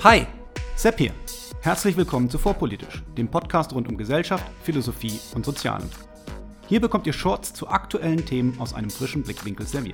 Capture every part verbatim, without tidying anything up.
Hi, Sepp hier. Herzlich willkommen zu Vorpolitisch, dem Podcast rund um Gesellschaft, Philosophie und Sozialem. Hier bekommt ihr Shorts zu aktuellen Themen aus einem frischen Blickwinkel serviert.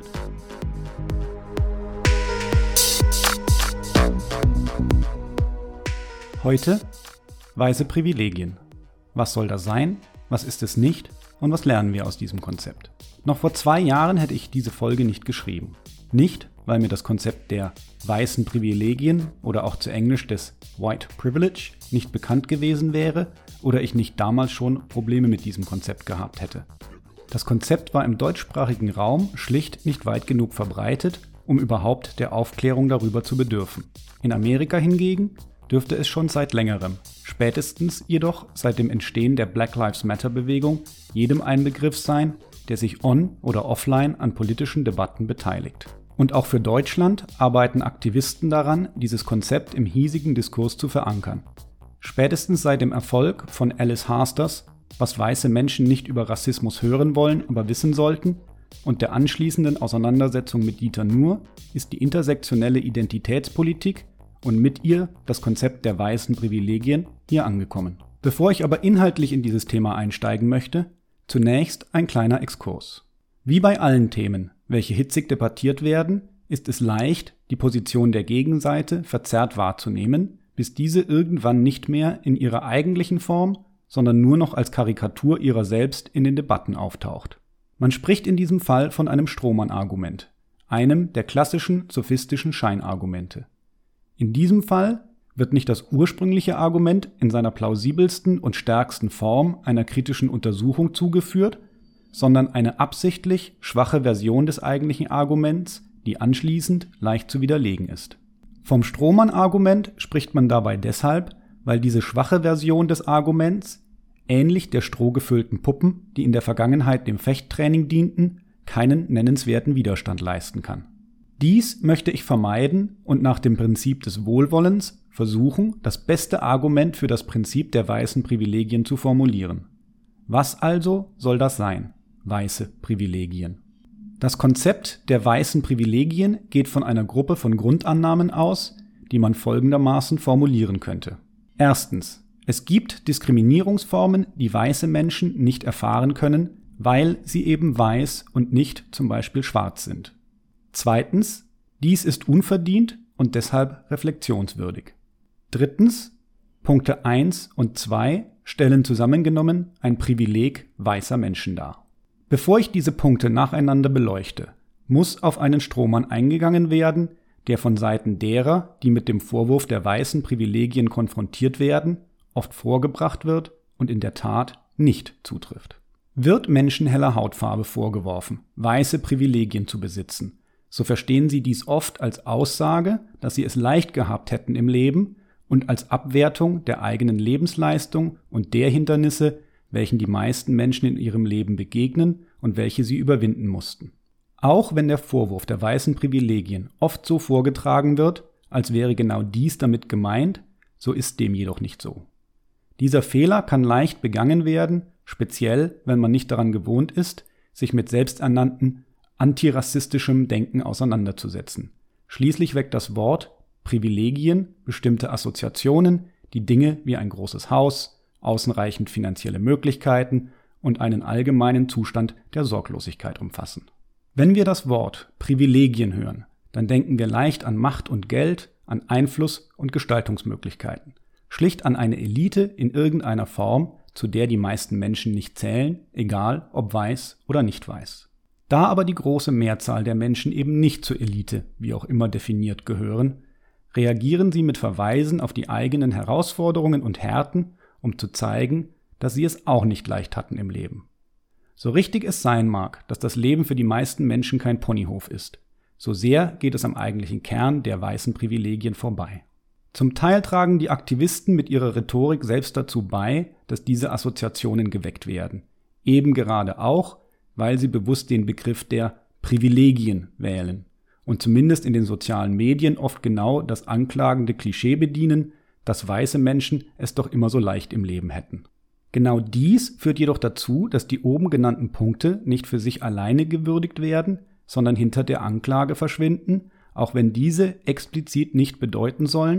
Heute weiße Privilegien. Was soll das sein? Was ist es nicht? Und was lernen wir aus diesem Konzept? Noch vor zwei Jahren hätte ich diese Folge nicht geschrieben. Nicht, weil mir das Konzept der weißen Privilegien oder auch zu Englisch des White Privilege nicht bekannt gewesen wäre oder ich nicht damals schon Probleme mit diesem Konzept gehabt hätte. Das Konzept war im deutschsprachigen Raum schlicht nicht weit genug verbreitet, um überhaupt der Aufklärung darüber zu bedürfen. In Amerika hingegen dürfte es schon seit längerem, spätestens jedoch seit dem Entstehen der Black Lives Matter-Bewegung, jedem ein Begriff sein, der sich on- oder offline an politischen Debatten beteiligt. Und auch für Deutschland arbeiten Aktivisten daran, dieses Konzept im hiesigen Diskurs zu verankern. Spätestens seit dem Erfolg von Alice Harsters, was weiße Menschen nicht über Rassismus hören wollen, aber wissen sollten, und der anschließenden Auseinandersetzung mit Dieter Nuhr, ist die intersektionelle Identitätspolitik und mit ihr das Konzept der weißen Privilegien hier angekommen. Bevor ich aber inhaltlich in dieses Thema einsteigen möchte, zunächst ein kleiner Exkurs. Wie bei allen Themen, welche hitzig debattiert werden, ist es leicht, die Position der Gegenseite verzerrt wahrzunehmen, bis diese irgendwann nicht mehr in ihrer eigentlichen Form, sondern nur noch als Karikatur ihrer selbst in den Debatten auftaucht. Man spricht in diesem Fall von einem Strohmann-Argument, einem der klassischen sophistischen Scheinargumente. In diesem Fall wird nicht das ursprüngliche Argument in seiner plausibelsten und stärksten Form einer kritischen Untersuchung zugeführt, sondern eine absichtlich schwache Version des eigentlichen Arguments, die anschließend leicht zu widerlegen ist. Vom Strohmann-Argument spricht man dabei deshalb, weil diese schwache Version des Arguments, ähnlich der strohgefüllten Puppen, die in der Vergangenheit dem Fechttraining dienten, keinen nennenswerten Widerstand leisten kann. Dies möchte ich vermeiden und nach dem Prinzip des Wohlwollens versuchen, das beste Argument für das Prinzip der weißen Privilegien zu formulieren. Was also soll das sein? Weiße Privilegien. Das Konzept der weißen Privilegien geht von einer Gruppe von Grundannahmen aus, die man folgendermaßen formulieren könnte. Erstens: Es gibt Diskriminierungsformen, die weiße Menschen nicht erfahren können, weil sie eben weiß und nicht zum Beispiel schwarz sind. Zweitens: Dies ist unverdient und deshalb reflexionswürdig. Drittens: Punkte eins und zwei stellen zusammengenommen ein Privileg weißer Menschen dar. Bevor ich diese Punkte nacheinander beleuchte, muss auf einen Strohmann eingegangen werden, der von Seiten derer, die mit dem Vorwurf der weißen Privilegien konfrontiert werden, oft vorgebracht wird und in der Tat nicht zutrifft. Wird Menschen heller Hautfarbe vorgeworfen, weiße Privilegien zu besitzen, so verstehen sie dies oft als Aussage, dass sie es leicht gehabt hätten im Leben und als Abwertung der eigenen Lebensleistung und der Hindernisse, welchen die meisten Menschen in ihrem Leben begegnen und welche sie überwinden mussten. Auch wenn der Vorwurf der weißen Privilegien oft so vorgetragen wird, als wäre genau dies damit gemeint, so ist dem jedoch nicht so. Dieser Fehler kann leicht begangen werden, speziell wenn man nicht daran gewohnt ist, sich mit selbsternannten antirassistischem Denken auseinanderzusetzen. Schließlich weckt das Wort Privilegien bestimmte Assoziationen, die Dinge wie ein großes Haus, ausreichend finanzielle Möglichkeiten und einen allgemeinen Zustand der Sorglosigkeit umfassen. Wenn wir das Wort Privilegien hören, dann denken wir leicht an Macht und Geld, an Einfluss und Gestaltungsmöglichkeiten. Schlicht an eine Elite in irgendeiner Form, zu der die meisten Menschen nicht zählen, egal ob weiß oder nicht weiß. Da aber die große Mehrzahl der Menschen eben nicht zur Elite, wie auch immer definiert, gehören, reagieren sie mit Verweisen auf die eigenen Herausforderungen und Härten, um zu zeigen, dass sie es auch nicht leicht hatten im Leben. So richtig es sein mag, dass das Leben für die meisten Menschen kein Ponyhof ist, so sehr geht es am eigentlichen Kern der weißen Privilegien vorbei. Zum Teil tragen die Aktivisten mit ihrer Rhetorik selbst dazu bei, dass diese Assoziationen geweckt werden. Eben gerade auch, weil sie bewusst den Begriff der Privilegien wählen und zumindest in den sozialen Medien oft genau das anklagende Klischee bedienen, dass weiße Menschen es doch immer so leicht im Leben hätten. Genau dies führt jedoch dazu, dass die oben genannten Punkte nicht für sich alleine gewürdigt werden, sondern hinter der Anklage verschwinden, auch wenn diese explizit nicht bedeuten sollen,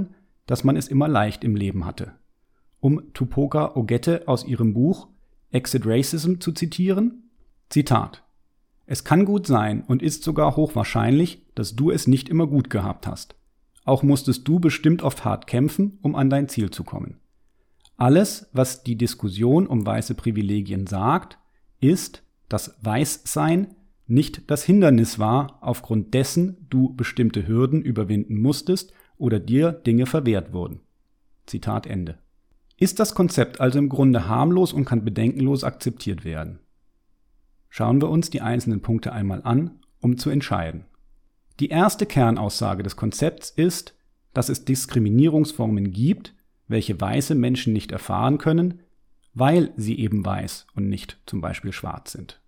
dass man es immer leicht im Leben hatte. Um Tupoka Ogette aus ihrem Buch Exit Racism zu zitieren, Zitat: Es kann gut sein und ist sogar hochwahrscheinlich, dass du es nicht immer gut gehabt hast. Auch musstest du bestimmt oft hart kämpfen, um an dein Ziel zu kommen. Alles, was die Diskussion um weiße Privilegien sagt, ist, dass Weißsein nicht das Hindernis war, aufgrund dessen du bestimmte Hürden überwinden musstest oder dir Dinge verwehrt wurden. Zitat Ende. Ist das Konzept also im Grunde harmlos und kann bedenkenlos akzeptiert werden? Schauen wir uns die einzelnen Punkte einmal an, um zu entscheiden. Die erste Kernaussage des Konzepts ist, dass es Diskriminierungsformen gibt, welche weiße Menschen nicht erfahren können, weil sie eben weiß und nicht zum Beispiel schwarz sind.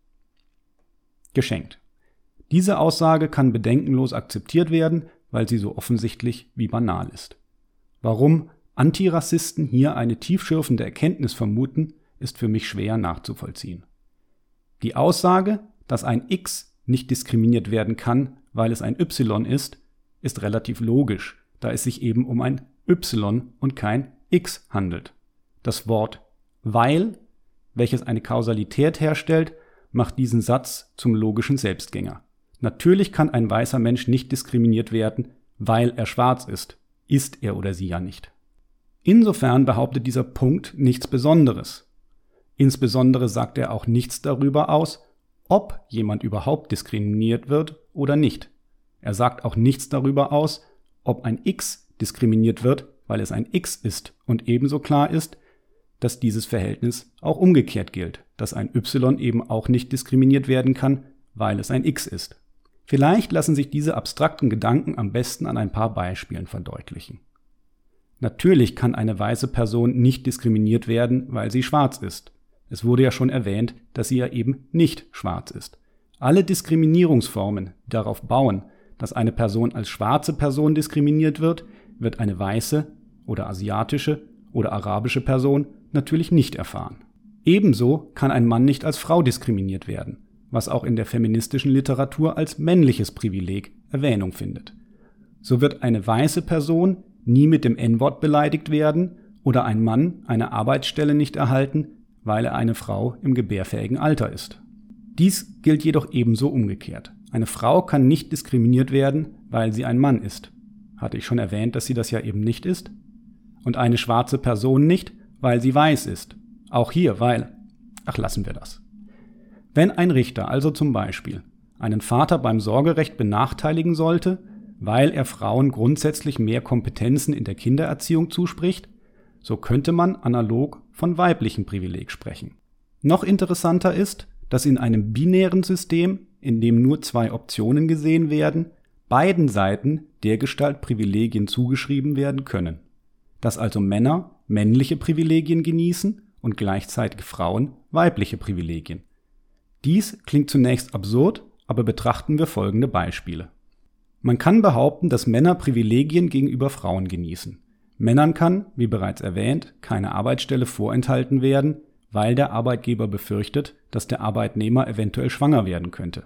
Geschenkt. Diese Aussage kann bedenkenlos akzeptiert werden, weil sie so offensichtlich wie banal ist. Warum Antirassisten hier eine tiefschürfende Erkenntnis vermuten, ist für mich schwer nachzuvollziehen. Die Aussage, dass ein X nicht diskriminiert werden kann, weil es ein Y ist, ist relativ logisch, da es sich eben um ein Y und kein X handelt. Das Wort weil, welches eine Kausalität herstellt, macht diesen Satz zum logischen Selbstgänger. Natürlich kann ein weißer Mensch nicht diskriminiert werden, weil er schwarz ist. Ist er oder sie ja nicht. Insofern behauptet dieser Punkt nichts Besonderes. Insbesondere sagt er auch nichts darüber aus, ob jemand überhaupt diskriminiert wird oder nicht. Er sagt auch nichts darüber aus, ob ein X diskriminiert wird, weil es ein X ist, und ebenso klar ist, dass dieses Verhältnis auch umgekehrt gilt, dass ein Y eben auch nicht diskriminiert werden kann, weil es ein X ist. Vielleicht lassen sich diese abstrakten Gedanken am besten an ein paar Beispielen verdeutlichen. Natürlich kann eine weiße Person nicht diskriminiert werden, weil sie schwarz ist. Es wurde ja schon erwähnt, dass sie ja eben nicht schwarz ist. Alle Diskriminierungsformen, die darauf bauen, dass eine Person als schwarze Person diskriminiert wird, wird eine weiße oder asiatische oder arabische Person natürlich nicht erfahren. Ebenso kann ein Mann nicht als Frau diskriminiert werden, was auch in der feministischen Literatur als männliches Privileg Erwähnung findet. So wird eine weiße Person nie mit dem En-Wort beleidigt werden oder ein Mann eine Arbeitsstelle nicht erhalten, weil er eine Frau im gebärfähigen Alter ist. Dies gilt jedoch ebenso umgekehrt. Eine Frau kann nicht diskriminiert werden, weil sie ein Mann ist. Hatte ich schon erwähnt, dass sie das ja eben nicht ist? Und eine schwarze Person nicht, weil sie weiß ist. Auch hier, weil... Ach, lassen wir das. Wenn ein Richter also zum Beispiel einen Vater beim Sorgerecht benachteiligen sollte, weil er Frauen grundsätzlich mehr Kompetenzen in der Kindererziehung zuspricht, so könnte man analog von weiblichem Privileg sprechen. Noch interessanter ist, dass in einem binären System, in dem nur zwei Optionen gesehen werden, beiden Seiten dergestalt Privilegien zugeschrieben werden können. Dass also Männer männliche Privilegien genießen und gleichzeitig Frauen weibliche Privilegien. Dies klingt zunächst absurd, aber betrachten wir folgende Beispiele. Man kann behaupten, dass Männer Privilegien gegenüber Frauen genießen. Männern kann, wie bereits erwähnt, keine Arbeitsstelle vorenthalten werden, weil der Arbeitgeber befürchtet, dass der Arbeitnehmer eventuell schwanger werden könnte.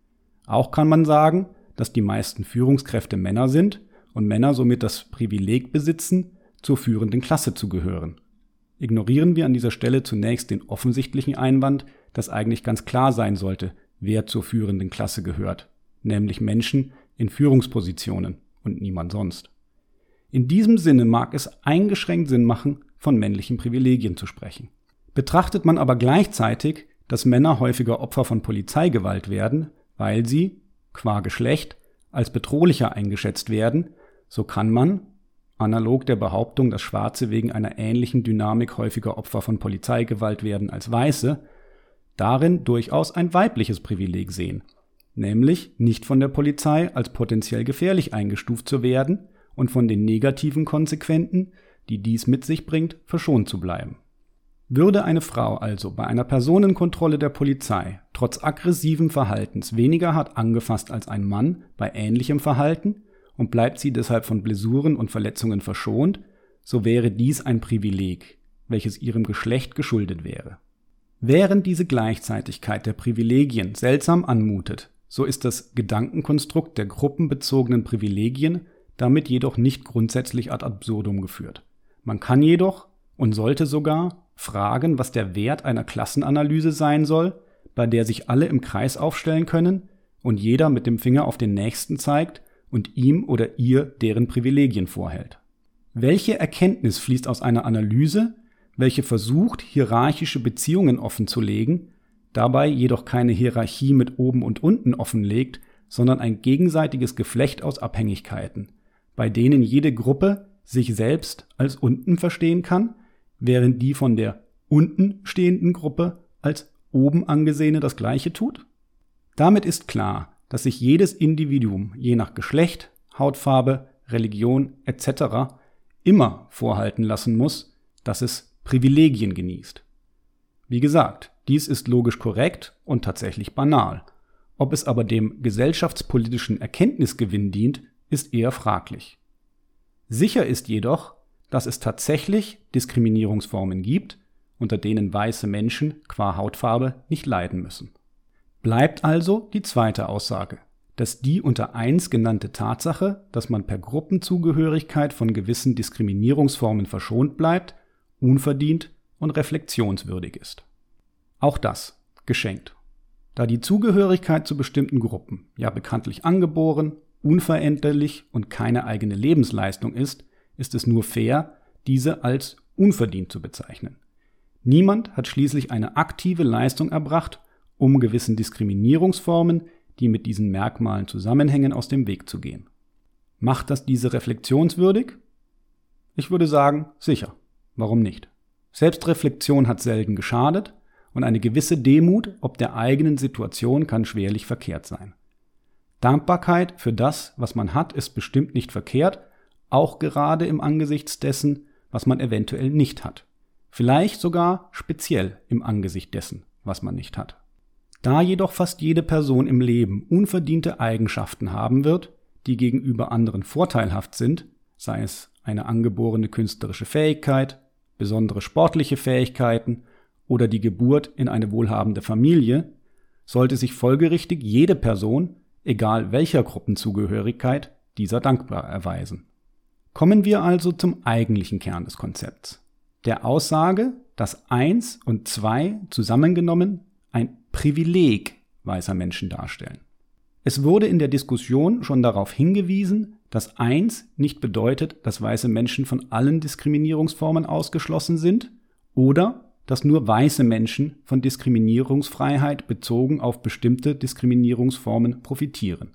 Auch kann man sagen, dass die meisten Führungskräfte Männer sind und Männer somit das Privileg besitzen, zur führenden Klasse zu gehören. Ignorieren wir an dieser Stelle zunächst den offensichtlichen Einwand, dass eigentlich ganz klar sein sollte, wer zur führenden Klasse gehört, nämlich Menschen in Führungspositionen und niemand sonst. In diesem Sinne mag es eingeschränkt Sinn machen, von männlichen Privilegien zu sprechen. Betrachtet man aber gleichzeitig, dass Männer häufiger Opfer von Polizeigewalt werden, weil sie, qua Geschlecht, als bedrohlicher eingeschätzt werden, so kann man, analog der Behauptung, dass Schwarze wegen einer ähnlichen Dynamik häufiger Opfer von Polizeigewalt werden als Weiße, darin durchaus ein weibliches Privileg sehen, nämlich nicht von der Polizei als potenziell gefährlich eingestuft zu werden und von den negativen Konsequenzen, die dies mit sich bringt, verschont zu bleiben. Würde eine Frau also bei einer Personenkontrolle der Polizei trotz aggressiven Verhaltens weniger hart angefasst als ein Mann bei ähnlichem Verhalten und bleibt sie deshalb von Blessuren und Verletzungen verschont, so wäre dies ein Privileg, welches ihrem Geschlecht geschuldet wäre. Während diese Gleichzeitigkeit der Privilegien seltsam anmutet, so ist das Gedankenkonstrukt der gruppenbezogenen Privilegien damit jedoch nicht grundsätzlich ad absurdum geführt. Man kann jedoch und sollte sogar fragen, was der Wert einer Klassenanalyse sein soll, bei der sich alle im Kreis aufstellen können und jeder mit dem Finger auf den Nächsten zeigt und ihm oder ihr deren Privilegien vorhält. Welche Erkenntnis fließt aus einer Analyse, welche versucht, hierarchische Beziehungen offenzulegen, dabei jedoch keine Hierarchie mit oben und unten offenlegt, sondern ein gegenseitiges Geflecht aus Abhängigkeiten, bei denen jede Gruppe sich selbst als unten verstehen kann, während die von der unten stehenden Gruppe als oben angesehene das Gleiche tut? Damit ist klar, dass sich jedes Individuum je nach Geschlecht, Hautfarbe, Religion et cetera immer vorhalten lassen muss, dass es Privilegien genießt. Wie gesagt, dies ist logisch korrekt und tatsächlich banal. Ob es aber dem gesellschaftspolitischen Erkenntnisgewinn dient, ist eher fraglich. Sicher ist jedoch, dass es tatsächlich Diskriminierungsformen gibt, unter denen weiße Menschen qua Hautfarbe nicht leiden müssen. Bleibt also die zweite Aussage, dass die unter eins genannte Tatsache, dass man per Gruppenzugehörigkeit von gewissen Diskriminierungsformen verschont bleibt, unverdient und reflexionswürdig ist. Auch das geschenkt. Da die Zugehörigkeit zu bestimmten Gruppen ja bekanntlich angeboren, unveränderlich und keine eigene Lebensleistung ist, ist es nur fair, diese als unverdient zu bezeichnen. Niemand hat schließlich eine aktive Leistung erbracht, um gewissen Diskriminierungsformen, die mit diesen Merkmalen zusammenhängen, aus dem Weg zu gehen. Macht das diese reflexionswürdig? Ich würde sagen, sicher. Warum nicht? Selbstreflexion hat selten geschadet und eine gewisse Demut ob der eigenen Situation kann schwerlich verkehrt sein. Dankbarkeit für das, was man hat, ist bestimmt nicht verkehrt, auch gerade im Angesichts dessen, was man eventuell nicht hat. Vielleicht sogar speziell im Angesicht dessen, was man nicht hat. Da jedoch fast jede Person im Leben unverdiente Eigenschaften haben wird, die gegenüber anderen vorteilhaft sind, sei es eine angeborene künstlerische Fähigkeit, besondere sportliche Fähigkeiten oder die Geburt in eine wohlhabende Familie, sollte sich folgerichtig jede Person, egal welcher Gruppenzugehörigkeit, dieser dankbar erweisen. Kommen wir also zum eigentlichen Kern des Konzepts, der Aussage, dass eins und zwei zusammengenommen ein Privileg weißer Menschen darstellen. Es wurde in der Diskussion schon darauf hingewiesen, dass eins nicht bedeutet, dass weiße Menschen von allen Diskriminierungsformen ausgeschlossen sind oder dass nur weiße Menschen von Diskriminierungsfreiheit bezogen auf bestimmte Diskriminierungsformen profitieren.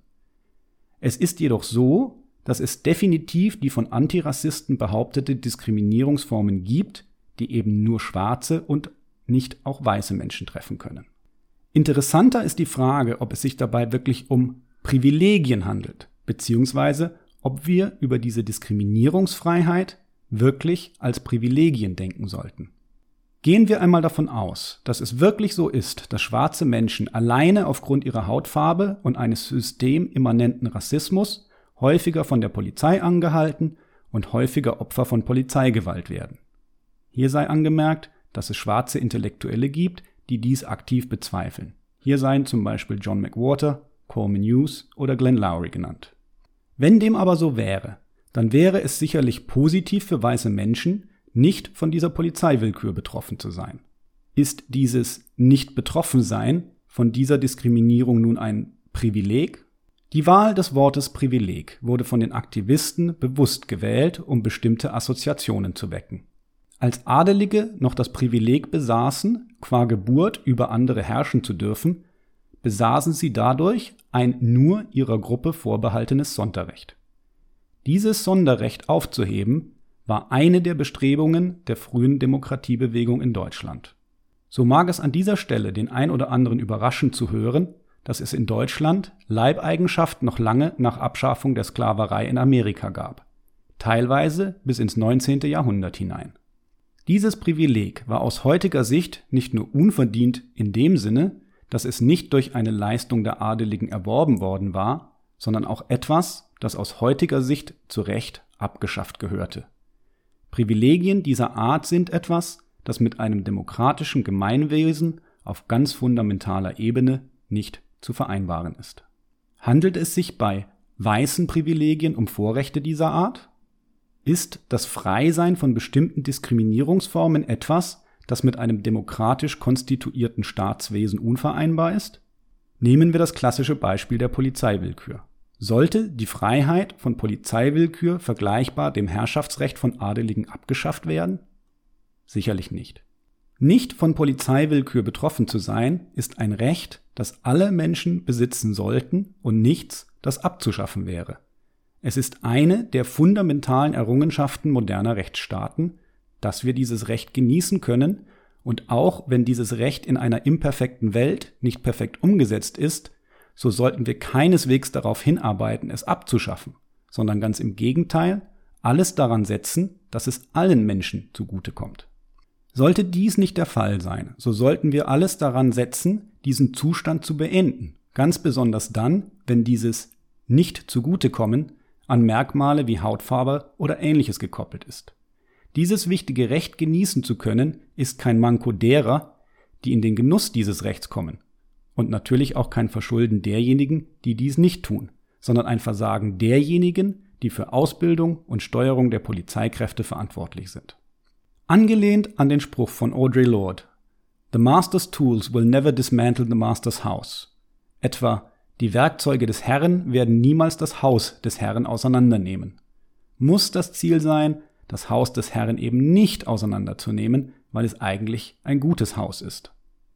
Es ist jedoch so, dass es definitiv die von Antirassisten behauptete Diskriminierungsformen gibt, die eben nur schwarze und nicht auch weiße Menschen treffen können. Interessanter ist die Frage, ob es sich dabei wirklich um Privilegien handelt, beziehungsweise ob wir über diese Diskriminierungsfreiheit wirklich als Privilegien denken sollten. Gehen wir einmal davon aus, dass es wirklich so ist, dass schwarze Menschen alleine aufgrund ihrer Hautfarbe und eines systemimmanenten Rassismus häufiger von der Polizei angehalten und häufiger Opfer von Polizeigewalt werden. Hier sei angemerkt, dass es schwarze Intellektuelle gibt, die dies aktiv bezweifeln. Hier seien zum Beispiel John McWhorter, Coleman Hughes oder Glenn Loury genannt. Wenn dem aber so wäre, dann wäre es sicherlich positiv für weiße Menschen, nicht von dieser Polizeiwillkür betroffen zu sein. Ist dieses Nicht-Betroffen-Sein von dieser Diskriminierung nun ein Privileg? Die Wahl des Wortes Privileg wurde von den Aktivisten bewusst gewählt, um bestimmte Assoziationen zu wecken. Als Adelige noch das Privileg besaßen, qua Geburt über andere herrschen zu dürfen, besaßen sie dadurch ein nur ihrer Gruppe vorbehaltenes Sonderrecht. Dieses Sonderrecht aufzuheben, war eine der Bestrebungen der frühen Demokratiebewegung in Deutschland. So mag es an dieser Stelle den ein oder anderen überraschen zu hören, dass es in Deutschland Leibeigenschaft noch lange nach Abschaffung der Sklaverei in Amerika gab, teilweise bis ins neunzehnte Jahrhundert hinein. Dieses Privileg war aus heutiger Sicht nicht nur unverdient in dem Sinne, dass es nicht durch eine Leistung der Adeligen erworben worden war, sondern auch etwas, das aus heutiger Sicht zu Recht abgeschafft gehörte. Privilegien dieser Art sind etwas, das mit einem demokratischen Gemeinwesen auf ganz fundamentaler Ebene nicht zu vereinbaren ist. Handelt es sich bei weißen Privilegien um Vorrechte dieser Art? Ist das Freisein von bestimmten Diskriminierungsformen etwas, das mit einem demokratisch konstituierten Staatswesen unvereinbar ist? Nehmen wir das klassische Beispiel der Polizeiwillkür. Sollte die Freiheit von Polizeiwillkür vergleichbar dem Herrschaftsrecht von Adeligen abgeschafft werden? Sicherlich nicht. Nicht von Polizeiwillkür betroffen zu sein, ist ein Recht, das alle Menschen besitzen sollten und nichts, das abzuschaffen wäre. Es ist eine der fundamentalen Errungenschaften moderner Rechtsstaaten, dass wir dieses Recht genießen können und auch wenn dieses Recht in einer imperfekten Welt nicht perfekt umgesetzt ist, so sollten wir keineswegs darauf hinarbeiten, es abzuschaffen, sondern ganz im Gegenteil, alles daran setzen, dass es allen Menschen zugutekommt. Sollte dies nicht der Fall sein, so sollten wir alles daran setzen, diesen Zustand zu beenden, ganz besonders dann, wenn dieses Nicht-Zugutekommen an Merkmale wie Hautfarbe oder Ähnliches gekoppelt ist. Dieses wichtige Recht genießen zu können, ist kein Manko derer, die in den Genuss dieses Rechts kommen. Und natürlich auch kein Verschulden derjenigen, die dies nicht tun, sondern ein Versagen derjenigen, die für Ausbildung und Steuerung der Polizeikräfte verantwortlich sind. Angelehnt an den Spruch von Audre Lorde, "The master's tools will never dismantle the master's house", etwa, die Werkzeuge des Herrn werden niemals das Haus des Herrn auseinandernehmen, muss das Ziel sein, das Haus des Herrn eben nicht auseinanderzunehmen, weil es eigentlich ein gutes Haus ist.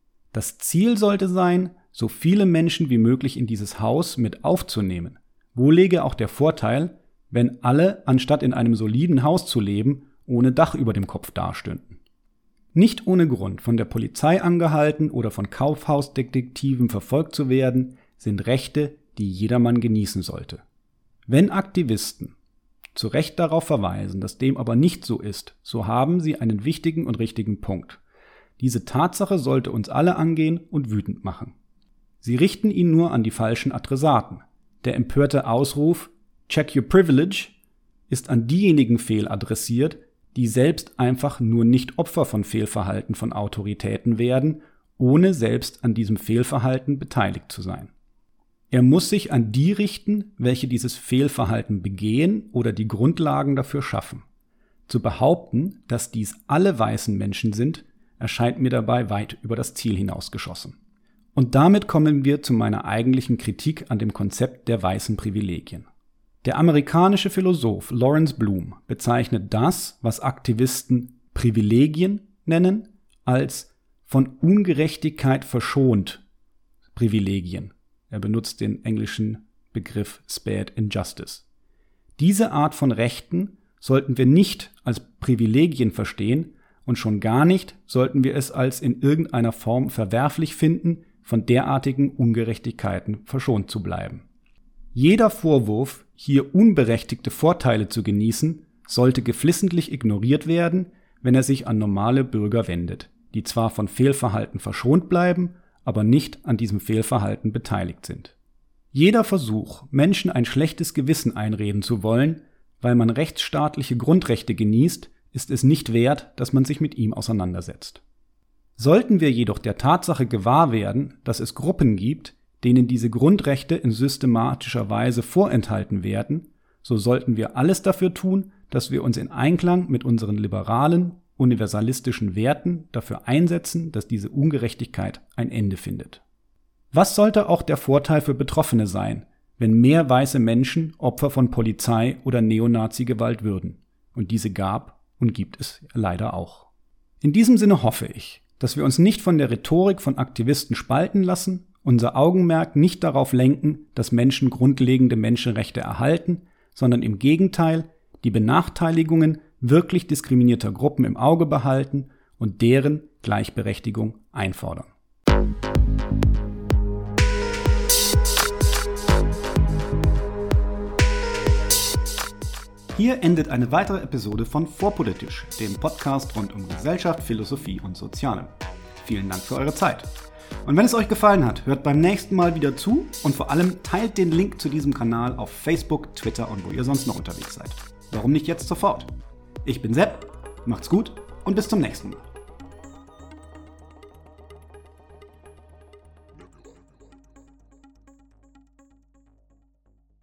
Das Ziel sollte sein, so viele Menschen wie möglich in dieses Haus mit aufzunehmen. Wo läge auch der Vorteil, wenn alle, anstatt in einem soliden Haus zu leben, ohne Dach über dem Kopf dastünden? Nicht ohne Grund von der Polizei angehalten oder von Kaufhausdetektiven verfolgt zu werden, sind Rechte, die jedermann genießen sollte. Wenn Aktivisten zu Recht darauf verweisen, dass dem aber nicht so ist, so haben sie einen wichtigen und richtigen Punkt. Diese Tatsache sollte uns alle angehen und wütend machen. Sie richten ihn nur an die falschen Adressaten. Der empörte Ausruf "Check your privilege" ist an diejenigen fehladressiert, die selbst einfach nur nicht Opfer von Fehlverhalten von Autoritäten werden, ohne selbst an diesem Fehlverhalten beteiligt zu sein. Er muss sich an die richten, welche dieses Fehlverhalten begehen oder die Grundlagen dafür schaffen. Zu behaupten, dass dies alle weißen Menschen sind, erscheint mir dabei weit über das Ziel hinausgeschossen. Und damit kommen wir zu meiner eigentlichen Kritik an dem Konzept der weißen Privilegien. Der amerikanische Philosoph Lawrence Bloom bezeichnet das, was Aktivisten Privilegien nennen, als von Ungerechtigkeit verschont Privilegien. Er benutzt den englischen Begriff Spared Injustice. Diese Art von Rechten sollten wir nicht als Privilegien verstehen und schon gar nicht sollten wir es als in irgendeiner Form verwerflich finden, von derartigen Ungerechtigkeiten verschont zu bleiben. Jeder Vorwurf, hier unberechtigte Vorteile zu genießen, sollte geflissentlich ignoriert werden, wenn er sich an normale Bürger wendet, die zwar von Fehlverhalten verschont bleiben, aber nicht an diesem Fehlverhalten beteiligt sind. Jeder Versuch, Menschen ein schlechtes Gewissen einreden zu wollen, weil man rechtsstaatliche Grundrechte genießt, ist es nicht wert, dass man sich mit ihm auseinandersetzt. Sollten wir jedoch der Tatsache gewahr werden, dass es Gruppen gibt, denen diese Grundrechte in systematischer Weise vorenthalten werden, so sollten wir alles dafür tun, dass wir uns in Einklang mit unseren liberalen, universalistischen Werten dafür einsetzen, dass diese Ungerechtigkeit ein Ende findet. Was sollte auch der Vorteil für Betroffene sein, wenn mehr weiße Menschen Opfer von Polizei- oder Neonazi-Gewalt würden? Und diese gab und gibt es leider auch. In diesem Sinne hoffe ich, dass wir uns nicht von der Rhetorik von Aktivisten spalten lassen, unser Augenmerk nicht darauf lenken, dass Menschen grundlegende Menschenrechte erhalten, sondern im Gegenteil die Benachteiligungen wirklich diskriminierter Gruppen im Auge behalten und deren Gleichberechtigung einfordern. Hier endet eine weitere Episode von Vorpolitisch, dem Podcast rund um Gesellschaft, Philosophie und Sozialem. Vielen Dank für eure Zeit. Und wenn es euch gefallen hat, hört beim nächsten Mal wieder zu und vor allem teilt den Link zu diesem Kanal auf Facebook, Twitter und wo ihr sonst noch unterwegs seid. Warum nicht jetzt sofort? Ich bin Sepp, macht's gut und bis zum nächsten Mal.